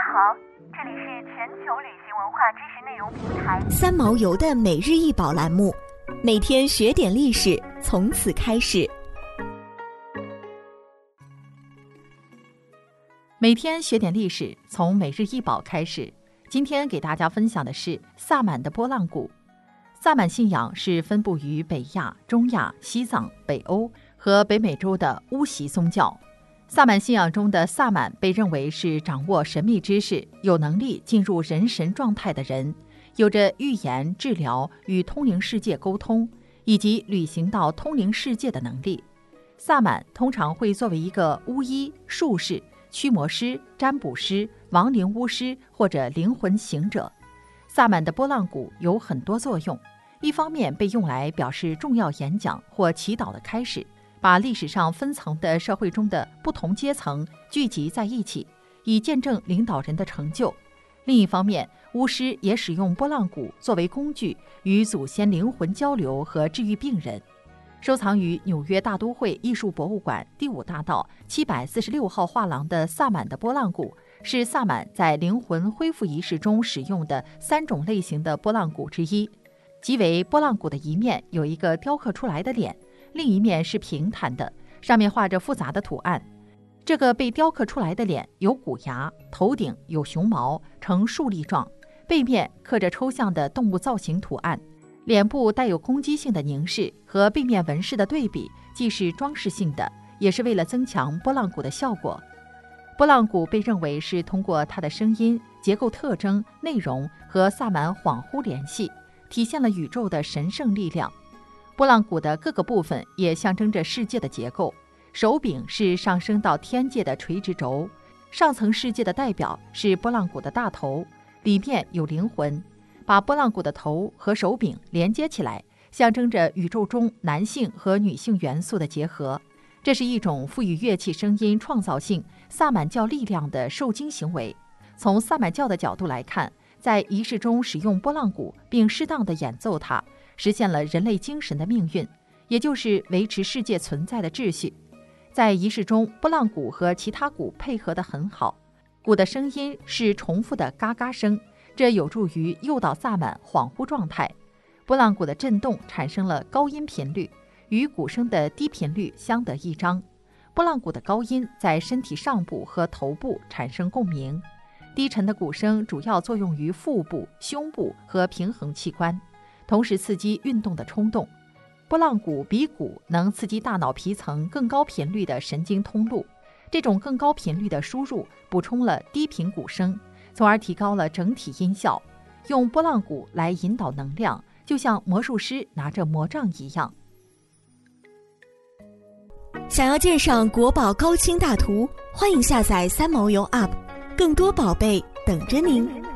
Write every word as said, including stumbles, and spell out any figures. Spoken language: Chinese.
好，这里是全球旅行文化知识内容平台三毛游的每日一宝栏目，每天学点历史，从此开始。 每天学点历史，从每日一宝开始。今天给大家分享的是萨满的拨浪鼓。萨满信仰是分布于北亚、中亚、西藏、北欧和北美洲的巫习宗教。萨满信仰中的萨满被认为是掌握神秘知识、有能力进入人神状态的人，有着预言、治疗、与通灵世界沟通，以及旅行到通灵世界的能力。萨满通常会作为一个巫医、术士、驱魔师、占卜师、亡灵巫师或者灵魂行者。萨满的拨浪鼓有很多作用，一方面被用来表示重要演讲或祈祷的开始，把历史上分层的社会中的不同阶层聚集在一起，以见证领导人的成就。另一方面，巫师也使用拨浪鼓作为工具，与祖先灵魂交流和治愈病人。收藏于纽约大都会艺术博物馆第五大道七百四十六号画廊的萨满的拨浪鼓，是萨满在灵魂恢复仪式中使用的三种类型的拨浪鼓之一，即为拨浪鼓的一面有一个雕刻出来的脸，另一面是平坦的，上面画着复杂的图案。这个被雕刻出来的脸有骨牙，头顶有熊毛，呈竖立状，背面刻着抽象的动物造型图案。脸部带有攻击性的凝视和背面纹饰的对比，既是装饰性的，也是为了增强拨浪鼓的效果。拨浪鼓被认为是通过它的声音、结构特征、内容和萨满恍惚联系，体现了宇宙的神圣力量。拨浪鼓的各个部分也象征着世界的结构。手柄是上升到天界的垂直轴，上层世界的代表是拨浪鼓的大头，里面有灵魂。把拨浪鼓的头和手柄连接起来，象征着宇宙中男性和女性元素的结合。这是一种赋予乐器声音创造性、萨满教力量的受精行为。从萨满教的角度来看，在仪式中使用拨浪鼓并适当地演奏它，实现了人类精神的命运，也就是维持世界存在的秩序。在仪式中，拨浪鼓和其他鼓配合得很好，鼓的声音是重复的嘎嘎声，这有助于诱导萨满恍惚状态。拨浪鼓的振动产生了高音频率，与鼓声的低频率相得益彰。拨浪鼓的高音在身体上部和头部产生共鸣，低沉的鼓声主要作用于腹部、胸部和平衡器官，同时刺激运动的冲动。拨浪鼓比鼓能刺激大脑皮层更高频率的神经通路，这种更高频率的输入补充了低频鼓声，从而提高了整体音效。用拨浪鼓来引导能量，就像魔术师拿着魔杖一样。 想要鉴赏国宝高清大图，欢迎下载三毛游 App， 更多宝贝等着您。